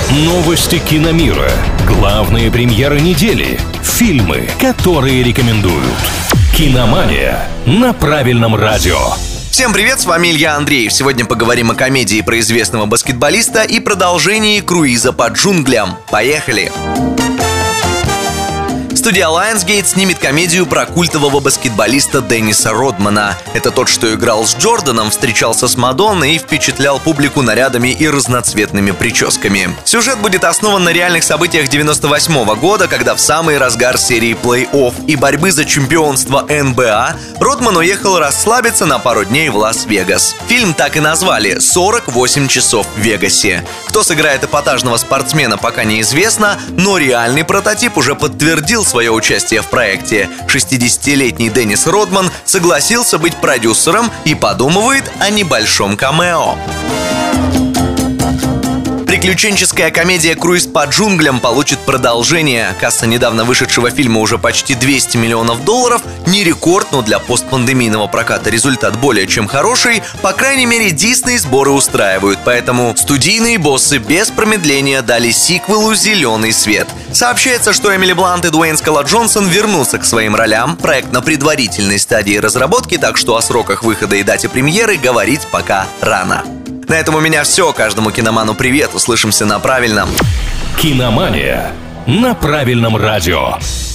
Новости киномира, главные премьеры недели, фильмы, которые рекомендуют. Киномания на правильном радио. Всем привет, с вами Илья Андреев. Сегодня поговорим о комедии про известного баскетболиста и продолжении круиза по джунглям. Поехали! Студия Lionsgate снимет комедию про культового баскетболиста Денниса Родмана. Это тот, что играл с Джорданом, встречался с Мадонной и впечатлял публику нарядами и разноцветными прическами. Сюжет будет основан на реальных событиях 98 года, когда в самый разгар серии плей-офф и борьбы за чемпионство НБА Родман уехал расслабиться на пару дней в Лас-Вегас. Фильм так и назвали «48 часов в Вегасе». Кто сыграет эпатажного спортсмена, пока неизвестно, но реальный прототип уже подтвердил свое участие в проекте. 60-летний Деннис Родман согласился быть продюсером и подумывает о небольшом камео. Приключенческая комедия «Круиз по джунглям» получит продолжение. Касса недавно вышедшего фильма уже почти $200 миллионов. Не рекорд, но для постпандемийного проката результат более чем хороший. По крайней мере, Дисней сборы устраивают, поэтому студийные боссы без промедления дали сиквелу зеленый свет. Сообщается, что Эмили Блант и Дуэйн Скала Джонсон вернутся к своим ролям. Проект на предварительной стадии разработки, так что о сроках выхода и дате премьеры говорить пока рано. На этом у меня все. Каждому киноману привет. Услышимся на правильном. Киномания на правильном радио.